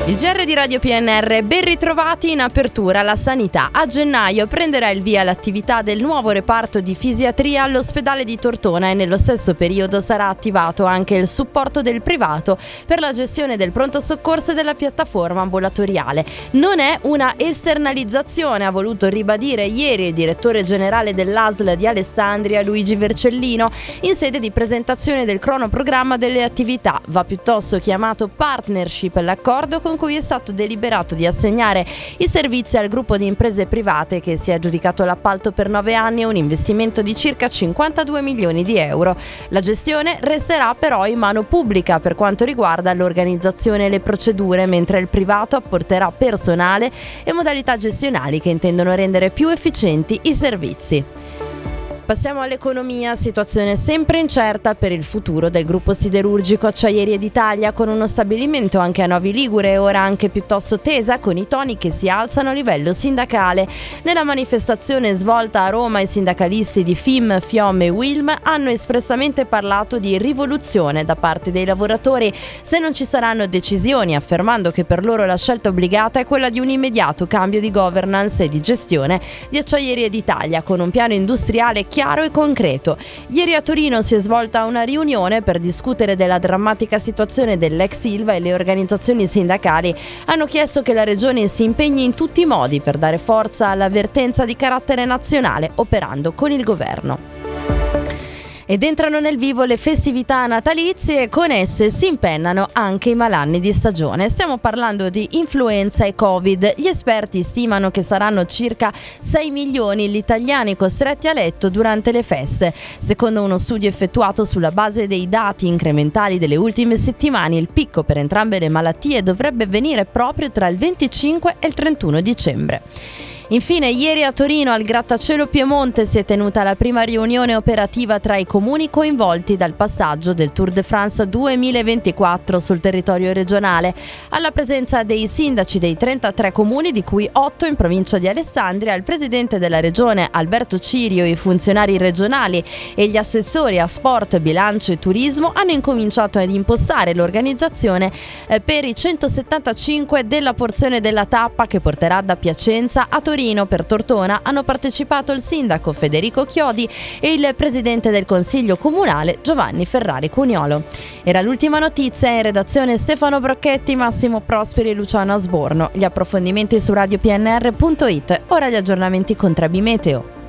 Il GR di Radio PNR, ben ritrovati in apertura la sanità. A gennaio prenderà il via l'attività del nuovo reparto di fisiatria all'ospedale di Tortona e nello stesso periodo sarà attivato anche il supporto del privato per la gestione del pronto soccorso e della piattaforma ambulatoriale. Non è una esternalizzazione, ha voluto ribadire ieri il direttore generale dell'ASL di Alessandria, Luigi Vercellino, in sede di presentazione del cronoprogramma delle attività. Va piuttosto chiamato partnership l'accordo con cui è stato deliberato di assegnare i servizi al gruppo di imprese private che si è aggiudicato l'appalto per 9 anni e un investimento di circa 52 milioni di euro. La gestione resterà però in mano pubblica per quanto riguarda l'organizzazione e le procedure, mentre il privato apporterà personale e modalità gestionali che intendono rendere più efficienti i servizi. Passiamo all'economia, situazione sempre incerta per il futuro del gruppo siderurgico Acciaierie d'Italia, con uno stabilimento anche a Novi Ligure, ora anche piuttosto tesa, con i toni che si alzano a livello sindacale. Nella manifestazione svolta a Roma i sindacalisti di FIM, FIOM e WILM hanno espressamente parlato di rivoluzione da parte dei lavoratori se non ci saranno decisioni, affermando che per loro la scelta obbligata è quella di un immediato cambio di governance e di gestione di Acciaierie d'Italia, con un piano industriale chiaro e concreto. Ieri a Torino si è svolta una riunione per discutere della drammatica situazione dell'ex Ilva e le organizzazioni sindacali hanno chiesto che la Regione si impegni in tutti i modi per dare forza all'avvertenza di carattere nazionale, operando con il governo. Ed entrano nel vivo le festività natalizie e con esse si impennano anche i malanni di stagione. Stiamo parlando di influenza e Covid. Gli esperti stimano che saranno circa 6 milioni gli italiani costretti a letto durante le feste. Secondo uno studio effettuato sulla base dei dati incrementali delle ultime settimane, il picco per entrambe le malattie dovrebbe avvenire proprio tra il 25 e il 31 dicembre. Infine, ieri a Torino al Grattacielo Piemonte si è tenuta la prima riunione operativa tra i comuni coinvolti dal passaggio del Tour de France 2024 sul territorio regionale. Alla presenza dei sindaci dei 33 comuni, di cui 8 in provincia di Alessandria, il presidente della regione Alberto Cirio, i funzionari regionali e gli assessori a sport, bilancio e turismo hanno incominciato ad impostare l'organizzazione per i 175 della porzione della tappa che porterà da Piacenza a Torino. Per Tortona hanno partecipato il sindaco Federico Chiodi e il presidente del consiglio comunale Giovanni Ferrari Cuniolo. Era l'ultima notizia, in redazione Stefano Brocchetti, Massimo Prosperi e Luciano Asborno. Gli approfondimenti su radiopnr.it, ora gli aggiornamenti con Trebi Meteo.